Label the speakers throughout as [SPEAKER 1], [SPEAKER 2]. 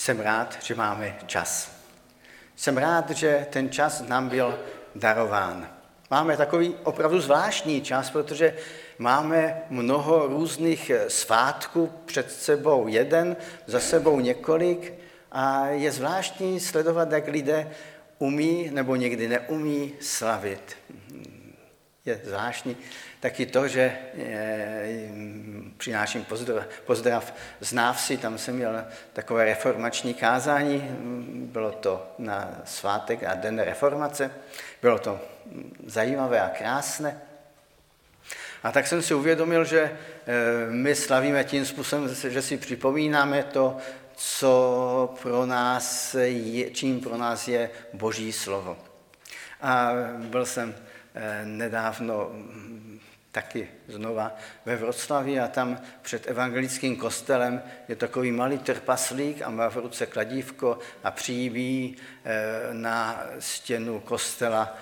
[SPEAKER 1] Jsem rád, že máme čas. Jsem rád, že ten čas nám byl darován. Máme takový opravdu zvláštní čas, protože máme mnoho různých svátků před sebou jeden, za sebou několik a je zvláštní sledovat, jak lidé umí nebo někdy neumí slavit. Je zvláštní taky to, že přináším pozdrav z Návsi, tam jsem měl takové reformační kázání, bylo to na svátek a den reformace, bylo to zajímavé a krásné. A tak jsem si uvědomil, že my slavíme tím způsobem, že si připomínáme to, čím pro nás je Boží slovo. A byl jsem nedávno taky znova ve Vroclavi a tam před evangelickým kostelem je takový malý trpaslík a má v ruce kladívko a přijíví na stěnu kostela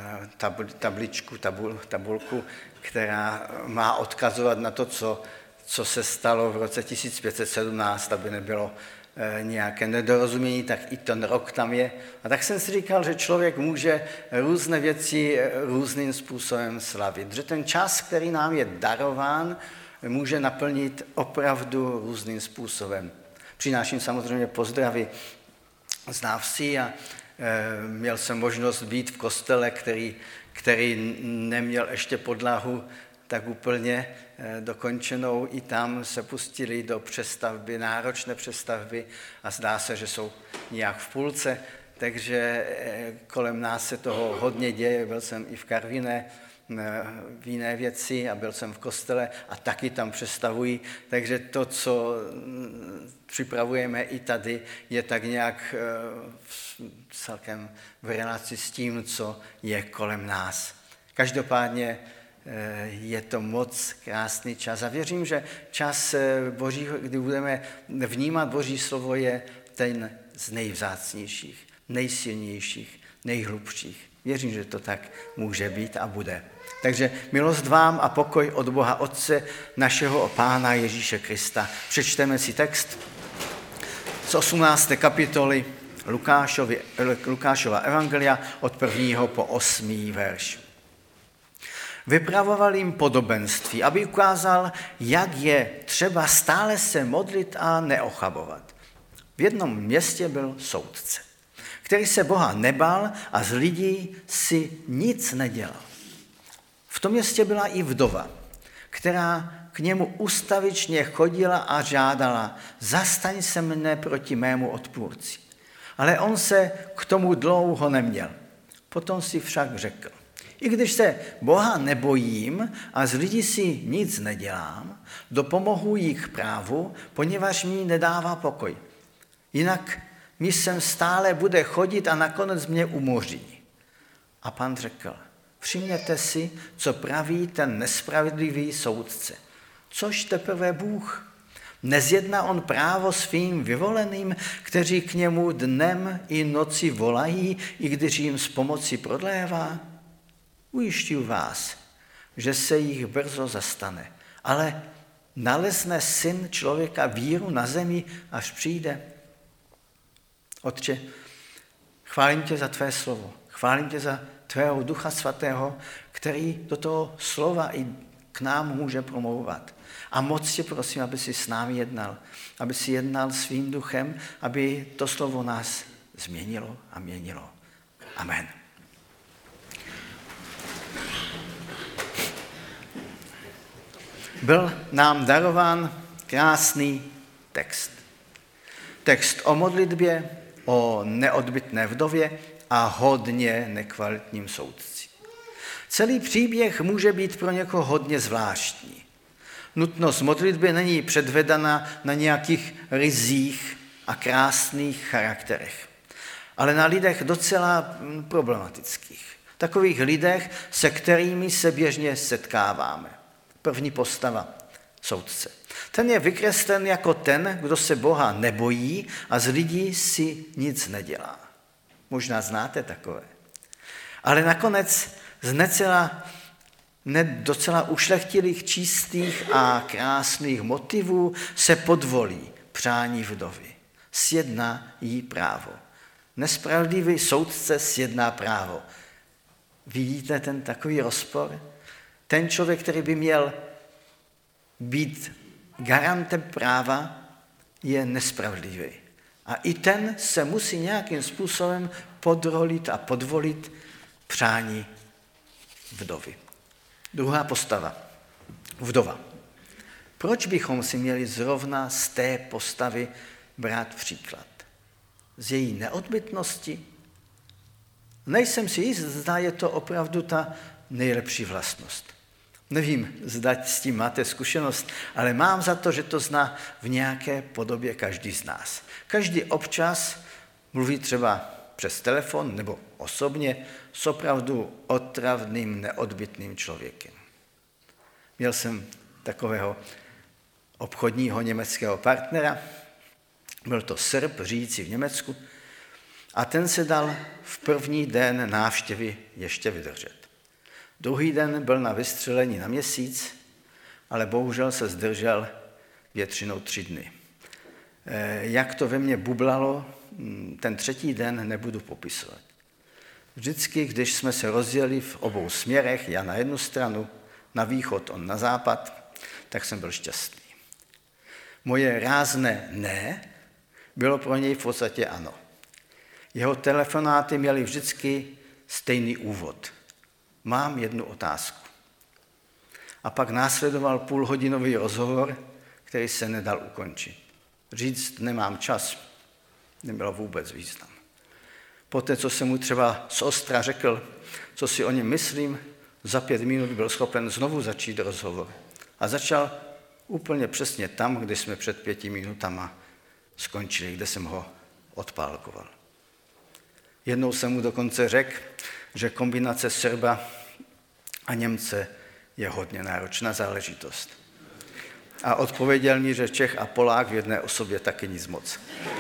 [SPEAKER 1] tabulku, která má odkazovat na to, co se stalo v roce 1517, aby nebylo nějaké nedorozumění, tak i ten rok tam je. A tak jsem si říkal, že člověk může různé věci různým způsobem slavit. Že ten čas, který nám je darován, může naplnit opravdu různým způsobem. Přináším samozřejmě pozdravy z Návsi a měl jsem možnost být v kostele, který neměl ještě podlahu tak úplně dokončenou. I tam se pustili do přestavby, náročné přestavby a zdá se, že jsou nějak v půlce, takže kolem nás se toho hodně děje. Byl jsem i v Karviné v jiné věci a byl jsem v kostele a taky tam přestavují, takže to, co připravujeme i tady, je tak nějak celkem v relaci s tím, co je kolem nás. Každopádně je to moc krásný čas a věřím, že čas Boží, kdy budeme vnímat Boží slovo, je ten z nejvzácnějších, nejsilnějších, nejhlubších. Věřím, že to tak může být a bude. Takže milost vám a pokoj od Boha Otce, našeho Pána Ježíše Krista. Přečteme si text z 18. kapitoly Lukášova evangelia od 1. po 8. verš. Vypravoval jim podobenství, aby ukázal, jak je třeba stále se modlit a neochabovat. V jednom městě byl soudce, který se Boha nebal a z lidí si nic nedělal. V tom městě byla i vdova, která k němu ustavičně chodila a žádala: zastaň se mne proti mému odpůrci. Ale on se k tomu dlouho neměl. Potom si však řekl: i když se Boha nebojím a z lidí si nic nedělám, dopomohu jí k právu, poněvadž mi nedává pokoj. Jinak mi sem stále bude chodit a nakonec mě umoří. A Pán řekl: všimněte si, co praví ten nespravedlivý soudce. Což teprve Bůh? Nezjedná on právo svým vyvoleným, kteří k němu dnem i noci volají, i když jim s pomocí prodlévá? Ujišťuji vás, že se jich brzo zastane, ale nalezne Syn člověka víru na zemi, až přijde. Otče, chválím tě za tvé slovo, chválím tě za tvého Ducha Svatého, který do toho slova i k nám může promlouvat. A moc tě prosím, aby si s námi jednal, aby si jednal svým duchem, aby to slovo nás změnilo a měnilo. Amen. Byl nám darován krásný text. Text o modlitbě, o neodbytné vdově a hodně nekvalitním soudci. Celý příběh může být pro někoho hodně zvláštní. Nutnost modlitby není předvedena na nějakých ryzích a krásných charakterech, ale na lidech docela problematických. Takových lidech, se kterými se běžně setkáváme. První postava, soudce. Ten je vykreslen jako ten, kdo se Boha nebojí a z lidí si nic nedělá. Možná znáte takové. Ale nakonec z docela ušlechtilých, čistých a krásných motivů se podvolí přání vdovy. Sjedná jí právo. Nespravedlivý soudce sjedná právo. Vidíte ten takový rozpor? Ten člověk, který by měl být garantem práva, je nespravedlivý. A i ten se musí nějakým způsobem podrolit a podvolit přání vdovy. Druhá postava. Vdova. Proč bychom si měli zrovna z té postavy brát příklad? Z její neodbytnosti? Nejsem si jist, zda je to opravdu ta nejlepší vlastnost. Nevím, zda s tím máte zkušenost, ale mám za to, že to zná v nějaké podobě každý z nás. Každý občas mluví třeba přes telefon nebo osobně s opravdu otravným, neodbytným člověkem. Měl jsem takového obchodního německého partnera, byl to Srb, žijící v Německu, a ten se dal v první den návštěvy ještě vydržet. Druhý den byl na vystřelení na měsíc, ale bohužel se zdržel většinou 3 dny. Jak to ve mně bublalo, ten třetí den nebudu popisovat. Vždycky, když jsme se rozjeli v obou směrech, já na jednu stranu, na východ, on na západ, tak jsem byl šťastný. Moje rázné ne bylo pro něj v podstatě ano. Jeho telefonáty měly vždycky stejný úvod. Mám jednu otázku. A pak následoval půlhodinový rozhovor, který se nedal ukončit. Říct nemám čas, nebylo vůbec význam. Poté, co jsem mu třeba z ostra řekl, co si o něm myslím, za 5 minut byl schopen znovu začít rozhovor. A začal úplně přesně tam, kde jsme před 5 minutama skončili, kde jsem ho odpálkoval. Jednou jsem mu dokonce řekl, že kombinace Srba a Němce je hodně náročná záležitost. A odpověděl mi, že Čech a Polák v jedné osobě taky nic moc.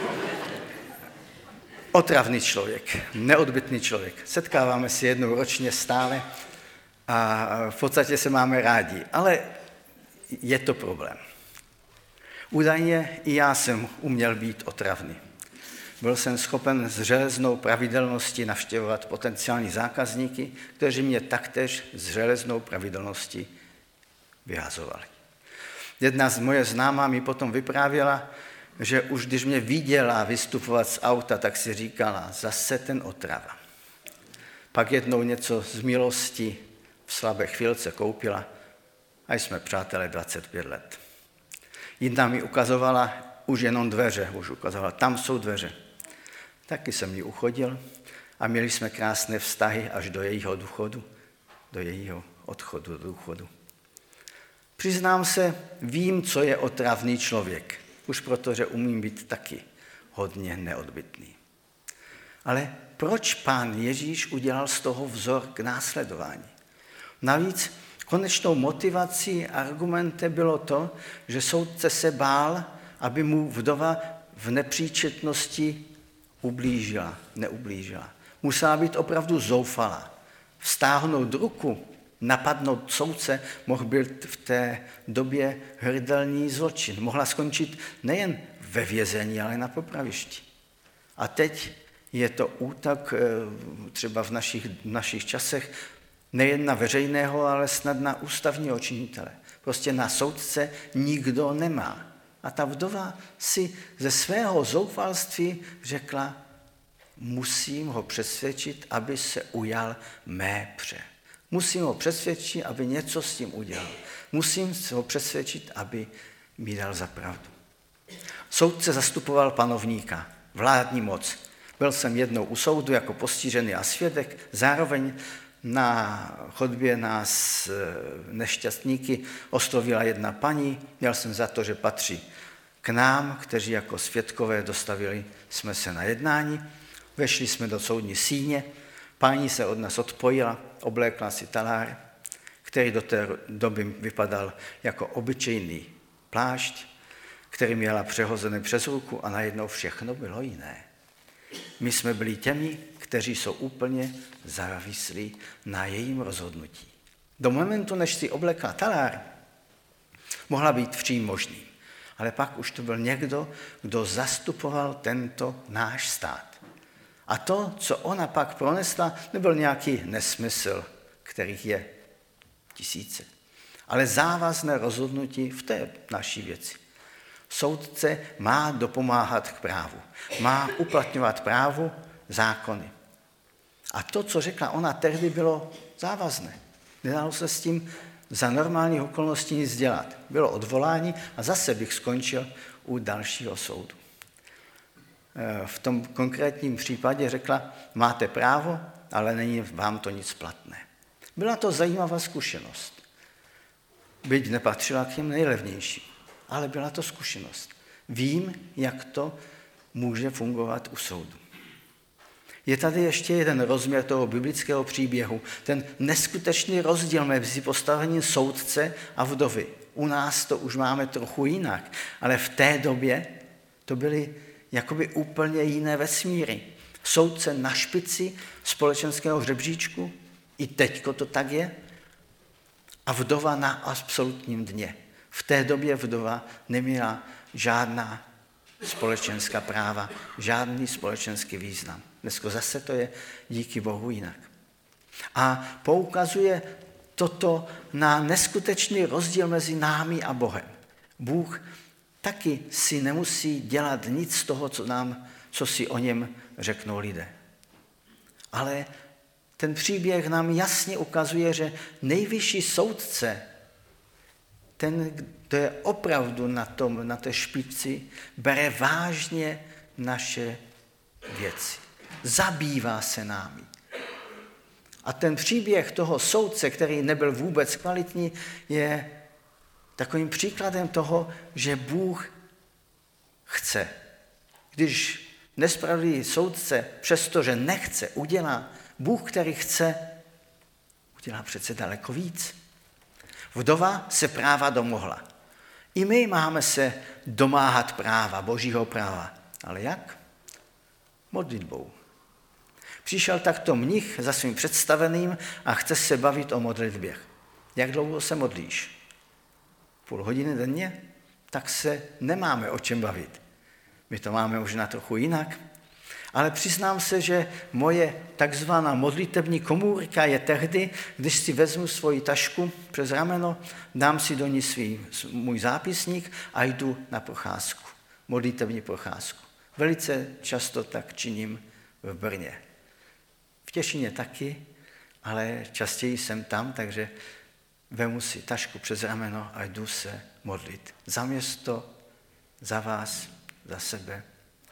[SPEAKER 1] Otravný člověk, neodbytný člověk. Setkáváme se jednou ročně stále a v podstatě se máme rádi, ale je to problém. Údajně i já jsem uměl být otravný. Byl jsem schopen s železnou pravidelností navštěvovat potenciální zákazníky, kteří mě taktéž s železnou pravidelností vyhazovali. Jedna z moje známá mi potom vyprávěla, že už když mě viděla vystupovat z auta, tak si říkala, zase ten otrava. Pak jednou něco z milosti v slabé chvílce koupila a jsme přátelé 25 let. Jedna mi ukazovala už jenom dveře, tam jsou dveře. Taky jsem ji uchodil a měli jsme krásné vztahy až do jejího odchodu do důchodu. Přiznám se, vím, co je otravný člověk, už protože umím být taky hodně neodbytný. Ale proč Pán Ježíš udělal z toho vzor k následování? Navíc konečnou motivací a argumentem bylo to, že soudce se bál, aby mu vdova v nepříčetnosti neublížila. Musela být opravdu zoufalá. Vztáhnout ruku, napadnout soudce mohl být v té době hrdelní zločin. Mohla skončit nejen ve vězení, ale na popravišti. A teď je to útok třeba v našich časech nejen na veřejného, ale snad na ústavního činitele. Prostě na soudce nikdo nemá. A ta vdova si ze svého zoufalství řekla, musím ho přesvědčit, aby se ujal mé pře. Musím ho přesvědčit, aby něco s tím udělal. Musím ho přesvědčit, aby mi dal za pravdu. Soudce zastupoval panovníka, vládní moc. Byl jsem jednou u soudu jako postižený a svědek, zároveň na chodbě nás nešťastníky oslovila jedna paní. Měl jsem za to, že patří k nám, kteří jako svědkové dostavili jsme se na jednání. Vešli jsme do soudní síně, paní se od nás odpojila, oblékla si talár, který do té doby vypadal jako obyčejný plášť, který měla přehozený přes ruku a najednou všechno bylo jiné. My jsme byli těmi, kteří jsou úplně závislí na jejím rozhodnutí. Do momentu, než si oblekla talár, mohla být vším možným. ale pak už to byl někdo, kdo zastupoval tento náš stát. A to, co ona pak pronesla, nebyl nějaký nesmysl, kterých je tisíce, ale závazné rozhodnutí v té naší věci. Soudce má dopomáhat k právu, má uplatňovat právu, zákony. A to, co řekla ona tehdy, bylo závazné. Nedalo se s tím za normálních okolností nic dělat. Bylo odvolání a zase bych skončil u dalšího soudu. V tom konkrétním případě řekla, máte právo, ale není vám to nic platné. Byla to zajímavá zkušenost. Byť nepatřila k těm nejlevnějším, ale byla to zkušenost. Vím, jak to může fungovat u soudu. Je tady ještě jeden rozměr toho biblického příběhu, ten neskutečný rozdíl mezi postavením soudce a vdovy. U nás to už máme trochu jinak, ale v té době to byly jakoby úplně jiné vesmíry. Soudce na špici společenského žebříčku, i teďko to tak je, a vdova na absolutním dně. V té době vdova neměla žádná společenská práva, žádný společenský význam. Dneska zase to je díky Bohu jinak. A poukazuje toto na neskutečný rozdíl mezi námi a Bohem. Bůh taky si nemusí dělat nic z toho, co si o něm řeknou lidé. Ale ten příběh nám jasně ukazuje, že nejvyšší soudce, ten, kdo je opravdu na té špici, bere vážně naše věci. Zabývá se námi. A ten příběh toho soudce, který nebyl vůbec kvalitní, je takovým příkladem toho, že Bůh chce. Když nespravedlivý soudce, přestože nechce, udělá, Bůh, který chce, udělá přece daleko víc. Vdova se práva domohla. I my máme se domáhat práva, božího práva. Ale jak? Modlitbou. Přišel takto mnich za svým představeným a chce se bavit o modlitbě. Jak dlouho se modlíš? Půl hodiny denně? Tak se nemáme o čem bavit. My to máme možná trochu jinak. Ale přiznám se, že moje takzvaná modlitební komůrka je tehdy, když si vezmu svoji tašku přes rameno, dám si do ní můj zápisník a jdu na procházku, modlitební procházku. Velice často tak činím v Brně. V Těšíně taky, ale častěji jsem tam, takže vemu si tašku přes rameno a jdu se modlit. Za město, za vás, za sebe.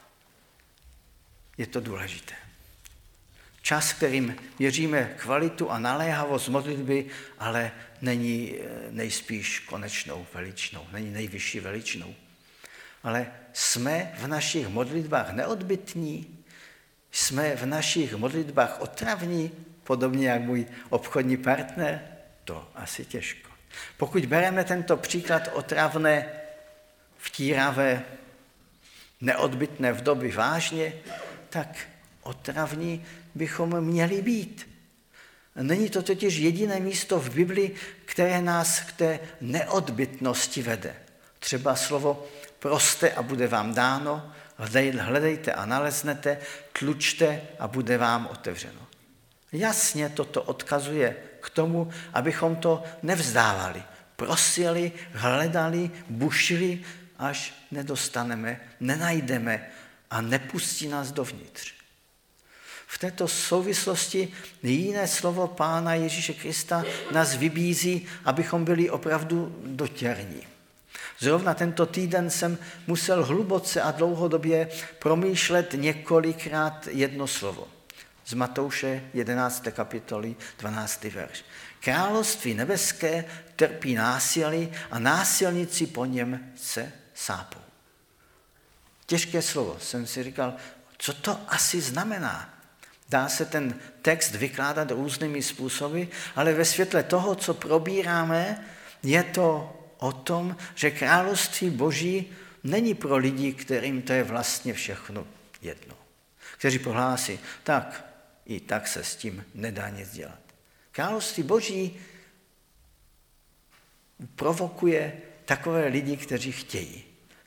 [SPEAKER 1] Je to důležité. Čas, kterým měříme kvalitu a naléhavost modlitby, ale není nejspíš konečnou veličnou, není nejvyšší veličnou. Ale jsme v našich modlitbách neodbytní, jsme v našich modlitbách otravní, podobně jak můj obchodní partner, to asi těžko. Pokud bereme tento příklad otravné, vtíravé, neodbytné vdoby vážně, tak otravní bychom měli být. Není to totiž jediné místo v Biblii, které nás k té neodbytnosti vede. Třeba slovo proste a bude vám dáno, hledejte a naleznete, tlučte a bude vám otevřeno. Jasně toto odkazuje k tomu, abychom to nevzdávali. Prosili, hledali, bušili, až nedostaneme, nenajdeme a nepustí nás dovnitř. V této souvislosti jiné slovo Pána Ježíše Krista nás vybízí, abychom byli opravdu dotěrní. Zrovna tento týden jsem musel hluboce a dlouhodobě promýšlet několikrát jedno slovo. Z Matouše 11. kapitoly 12. verš. Království nebeské trpí násilí a násilníci po něm se sápou. Těžké slovo, jsem si říkal, co to asi znamená. Dá se ten text vykládat různými způsoby, ale ve světle toho, co probíráme, je to o tom, že království Boží není pro lidi, kterým to je vlastně všechno jedno. Kteří prohlásí, tak i tak se s tím nedá nic dělat. Království Boží provokuje takové lidi, kteří chtějí.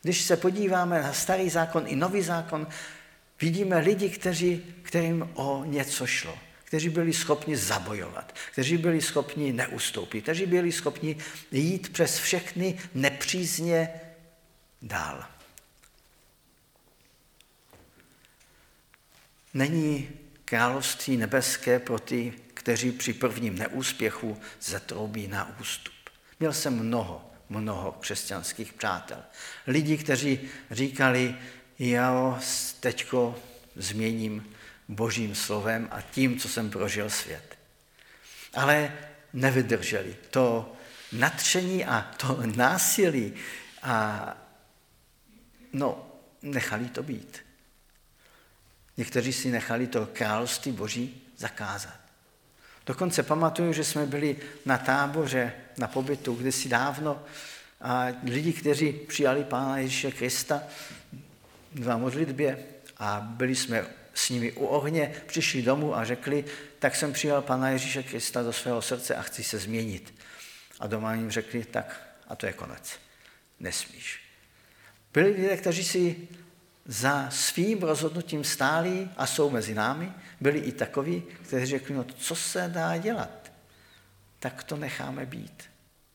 [SPEAKER 1] Když se podíváme na starý zákon i nový zákon, vidíme lidi, kterým o něco šlo, kteří byli schopni zabojovat, kteří byli schopni neustoupit, kteří byli schopni jít přes všechny nepřízně dál. Není království nebeské pro ty, kteří při prvním neúspěchu zatroubí na ústup. Měl jsem mnoho křesťanských přátel. Lidi, kteří říkali, já teďko změním Božím slovem a tím, co jsem prožil svět. Ale nevydrželi. To nadšení a to násilí a nechali to být. Někteří si nechali to království Boží zakázat. Dokonce pamatuju, že jsme byli na táboře, na pobytu kdysi dávno a lidi, kteří přijali Pána Ježíše Krista na modlitbě a byli jsme s nimi u ohně, přišli domů a řekli, tak jsem přijal Pána Ježíše Krista do svého srdce a chci se změnit. A doma jim řekli, tak a to je konec. Nesmíš. Byli lidé, kteří si za svým rozhodnutím stáli a jsou mezi námi, byli i takoví, kteří řekli, co se dá dělat, tak to necháme být.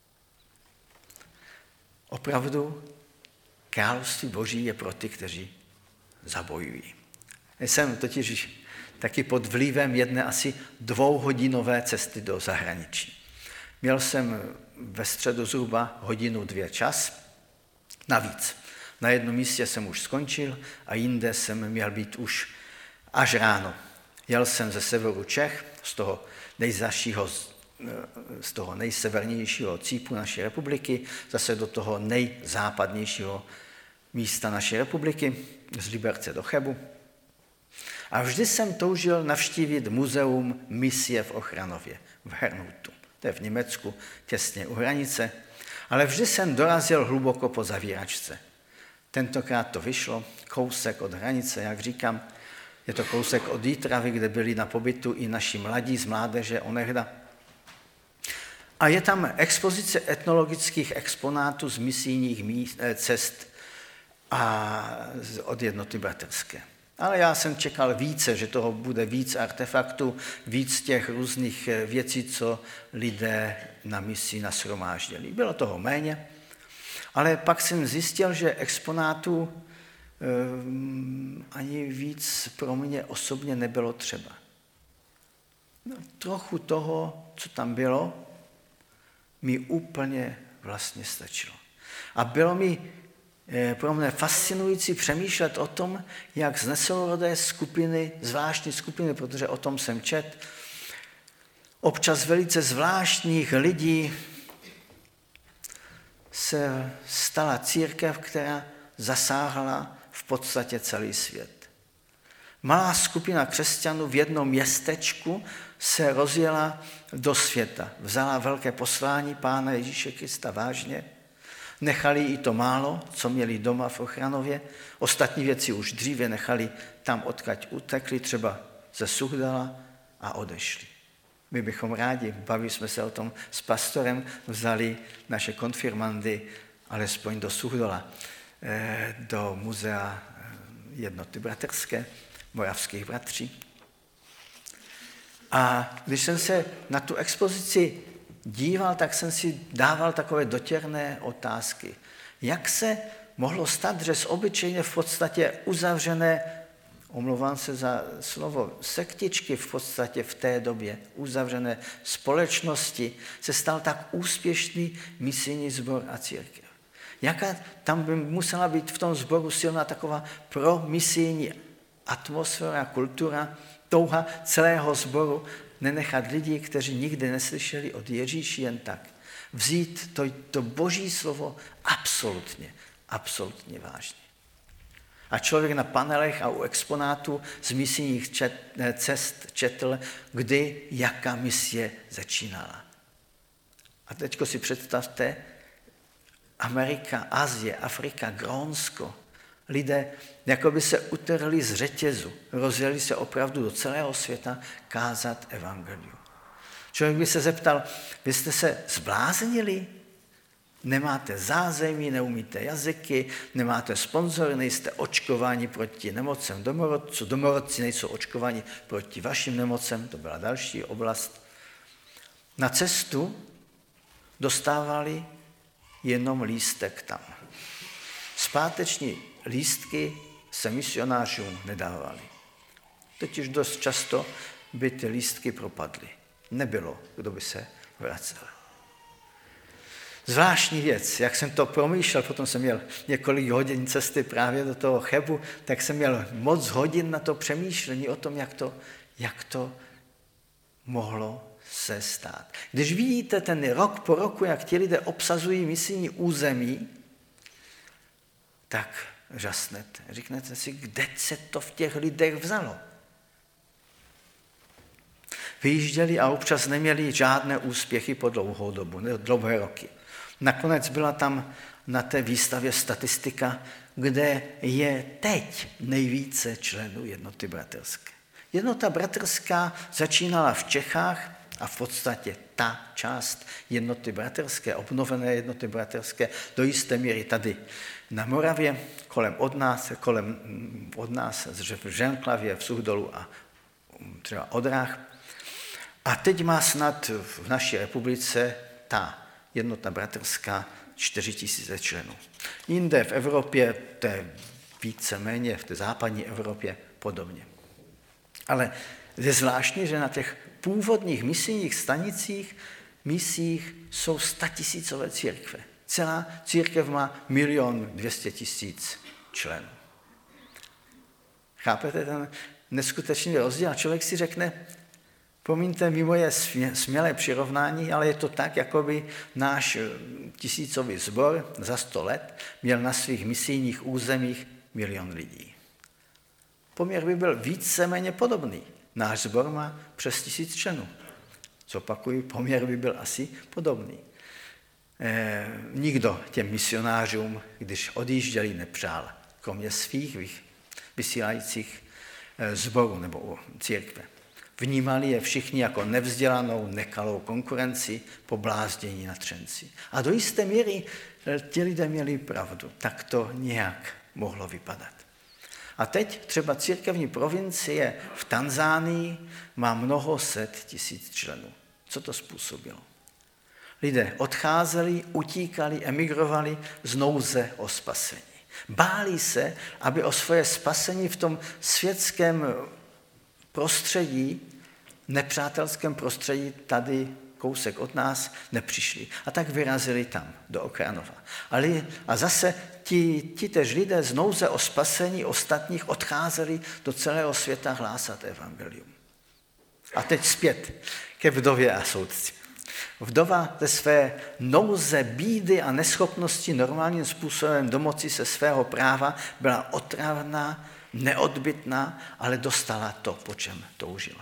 [SPEAKER 1] Opravdu království Boží je pro ty, kteří zabojují. Jsem totiž taky pod vlivem jedné asi 2hodinové cesty do zahraničí. Měl jsem ve středu zhruba 1-2 čas navíc. Na jednom místě jsem už skončil a jinde jsem měl být už až ráno. Jel jsem ze severu Čech, z toho nejsevernějšího cípu naší republiky, zase do toho nejzápadnějšího místa naší republiky, z Liberce do Chebu. A vždy jsem toužil navštívit muzeum misie v Ochranově, v Herrnhutu. To je v Německu, těsně u hranice. Ale vždy jsem dorazil hluboko po zavíračce. Tentokrát to vyšlo, kousek od hranice, jak říkám. Je to kousek od Jítravy, kde byli na pobytu i naši mladí z mládeže onehda. A je tam expozice etnologických exponátů z misijních cest a od Jednoty bratrské. Ale já jsem čekal více, že toho bude víc artefaktů, víc těch různých věcí, co lidé na misi nashromáždili. Bylo toho méně, ale pak jsem zjistil, že exponátů ani víc pro mě osobně nebylo třeba. Trochu toho, co tam bylo, mi úplně vlastně stačilo. A bylo mi pro mě fascinující přemýšlet o tom, jak z nesourodé skupiny, zvláštní skupiny, protože o tom jsem čet, občas velice zvláštních lidí se stala církev, která zasáhla v podstatě celý svět. Malá skupina křesťanů v jednom městečku se rozjela do světa. Vzala velké poslání Pána Ježíše Krista vážně. Nechali i to málo, co měli doma v Ochranově. Ostatní věci už dříve nechali tam, odkud utekli, třeba ze Suchdala a odešli. My bychom rádi, bavili jsme se o tom s pastorem, vzali naše konfirmandy alespoň do Suchdala, do muzea Jednoty bratrské, moravských bratří. A když jsem se na tu expozici díval, tak jsem si dával takové dotěrné otázky. Jak se mohlo stát, že z obyčejně v podstatě uzavřené, omlouvám se za slovo, sektičky v podstatě v té době, uzavřené společnosti, se stal tak úspěšný misijní sbor a církev. Jaká tam by musela být v tom sboru silná taková promisijní atmosféra, kultura, touha celého sboru, nenechat lidi, kteří nikdy neslyšeli od Ježíši jen tak. Vzít to Boží slovo absolutně vážně. A člověk na panelech a u exponátů z misijních cest četl, kdy jaká misie začínala. A teďko si představte, Amerika, Asie, Afrika, Grónsko, lidé jako by se utrhli z řetězu, rozjeli se opravdu do celého světa kázat evangelium. Člověk by se zeptal, vy jste se zbláznili? Nemáte zázemí, neumíte jazyky, nemáte sponzory, nejste očkováni proti nemocem domorodců, domorodci nejsou očkováni proti vašim nemocem, to byla další oblast. Na cestu dostávali jenom lístek tam. Zpáteční lístky se misionářům nedávali. Totiž dost často by ty lístky propadly. Nebylo, kdo by se vracel. Zvláštní věc, jak jsem to promýšlel, potom jsem měl několik hodin cesty právě do toho Chebu, tak jsem měl moc hodin na to přemýšlení o tom, jak to mohlo se stát. Když vidíte ten rok po roku, jak ti lidé obsazují misijní území, tak žasnete. Říknete si, kde se to v těch lidech vzalo? Vyjížděli a občas neměli žádné úspěchy po dlouhou dobu, dlouhé roky. Nakonec byla tam na té výstavě statistika, kde je teď nejvíce členů Jednoty bratrské. Jednota bratrská začínala v Čechách a v podstatě ta část Jednoty bratrské, obnovené Jednoty bratrské, do jisté míry tady na Moravě, kolem od nás v Ženklavě, v Suchdolu a třeba Odrách. A teď má snad v naší republice ta Jednota bratrská 4 000 členů. Jinde v Evropě, to je víceméně v té západní Evropě podobně. Ale je zvláštní, že na těch původních misijních stanicích, misích jsou 100 000 církve. Celá církev má 1 200 000 členů. Chápete ten neskutečný rozdíl? A člověk si řekne, pomíňte mi moje smělé přirovnání, ale je to tak, jako by náš 1000 sbor za 100 let měl na svých misijních územích 1 000 000 lidí. Poměr by byl víceméně podobný. Náš sbor má přes 1000 členů. Zopakuju, poměr by byl asi podobný. Nikdo těm misionářům, když odjížděli, nepřál, kromě svých vysílajících sborů nebo církve. Vnímali je všichni jako nevzdělanou, nekalou konkurenci, poblázdění nadšenci. A do jisté míry ti lidé měli pravdu. Tak to nějak mohlo vypadat. A teď třeba církevní provincie v Tanzánii má mnoho set tisíc členů. Co to způsobilo? Lidé odcházeli, utíkali, emigrovali z nouze o spasení. Báli se, aby o svoje spasení v tom světském prostředí, nepřátelském prostředí tady kousek od nás nepřišli. A tak vyrazili tam, do Okranova. A zase ti tež lidé z nouze o spasení ostatních odcházeli do celého světa hlásat evangelium. A teď zpět ke vdově a soudci. Vdova ze své nouze, bídy a neschopnosti normálním způsobem domoci se svého práva byla otravná, neodbytná, ale dostala to, po čem toužila.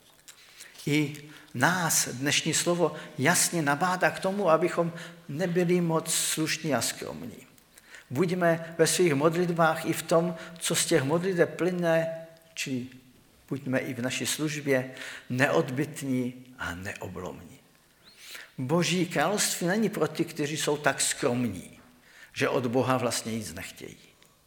[SPEAKER 1] I nás dnešní slovo jasně nabádá k tomu, abychom nebyli moc slušní a skromní. Buďme ve svých modlitbách i v tom, co z těch modliteb plyne, či buďme i v naší službě neodbytní a neoblomní. Boží království není pro ty, kteří jsou tak skromní, že od Boha vlastně nic nechtějí.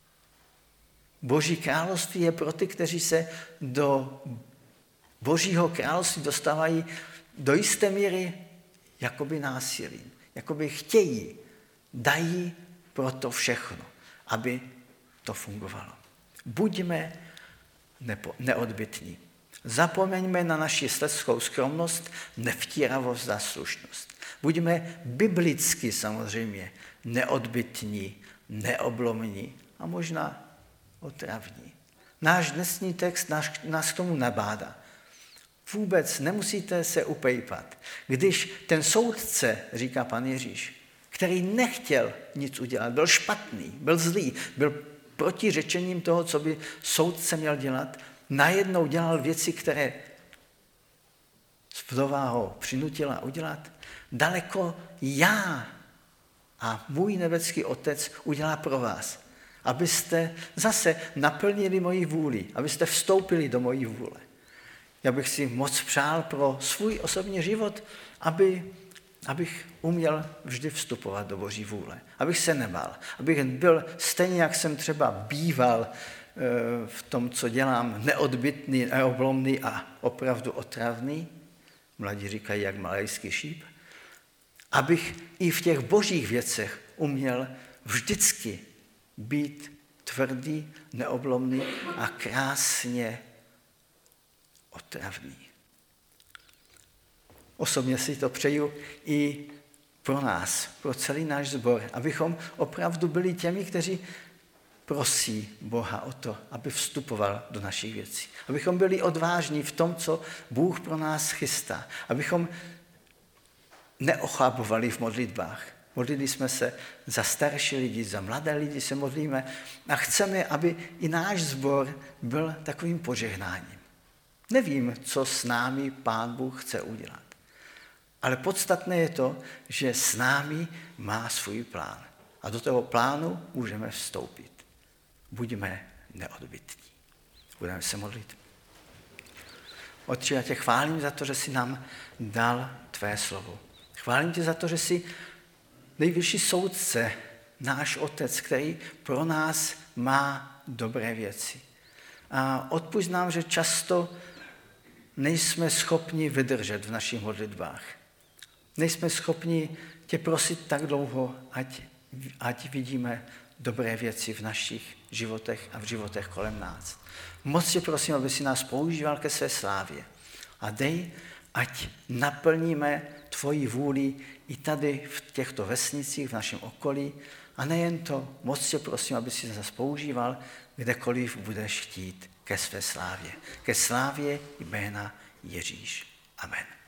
[SPEAKER 1] Boží království je pro ty, kteří se do Božího království dostávají do jisté míry jakoby násilím, jakoby chtějí, dají pro to všechno, aby to fungovalo. Buďme neodbytní. Zapomeňme na naši sledskou skromnost, nevtíravost a slušnost. Buďme biblicky samozřejmě neodbytní, neoblomní a možná otravní. Náš dnesní text nás k tomu nabádá. Vůbec nemusíte se upejpat. Když ten soudce, říká pan Ježíš, který nechtěl nic udělat, byl špatný, byl zlý, byl protiřečením toho, co by soudce měl dělat, najednou dělal věci, které vdova ho přinutila udělat. Daleko já a můj nebecký Otec udělá pro vás, abyste zase naplnili moji vůli, abyste vstoupili do mojí vůle. Já bych si moc přál pro svůj osobní život, aby abych uměl vždy vstupovat do Boží vůle, abych se nebál, abych byl stejně, jak jsem třeba býval v tom, co dělám, neodbytný, neoblomný a opravdu otravný. Mladí říkají, jak malajský šíp. Abych i v těch božích věcech uměl vždycky být tvrdý, neoblomný a krásně otravný. Osobně si to přeju i pro nás, pro celý náš sbor, abychom opravdu byli těmi, kteří prosí Boha o to, aby vstupoval do našich věcí. Abychom byli odvážní v tom, co Bůh pro nás chystá. Abychom neochabovali v modlitbách. Modlili jsme se za starší lidi, za mladé lidi se modlíme a chceme, aby i náš sbor byl takovým požehnáním. Nevím, co s námi Pán Bůh chce udělat. Ale podstatné je to, že s námi má svůj plán. A do toho plánu můžeme vstoupit. Buďme neodbytní. Budeme se modlit. Otče, já tě chválím za to, že jsi nám dal tvé slovo. Chválím tě za to, že jsi nejvyšší soudce, náš Otec, který pro nás má dobré věci. A odpusť nám, že často nejsme schopni vydržet v našich modlitbách. Nejsme schopni tě prosit tak dlouho, ať vidíme dobré věci v našich životech a v životech kolem nás. Moc tě prosím, aby si nás používal ke své slávě. A dej, ať naplníme tvoji vůli i tady v těchto vesnicích, v našem okolí. A nejen to, moc tě prosím, aby si nás používal, kdekoliv budeš chtít ke své slávě. Ke slávě jména Ježíš. Amen.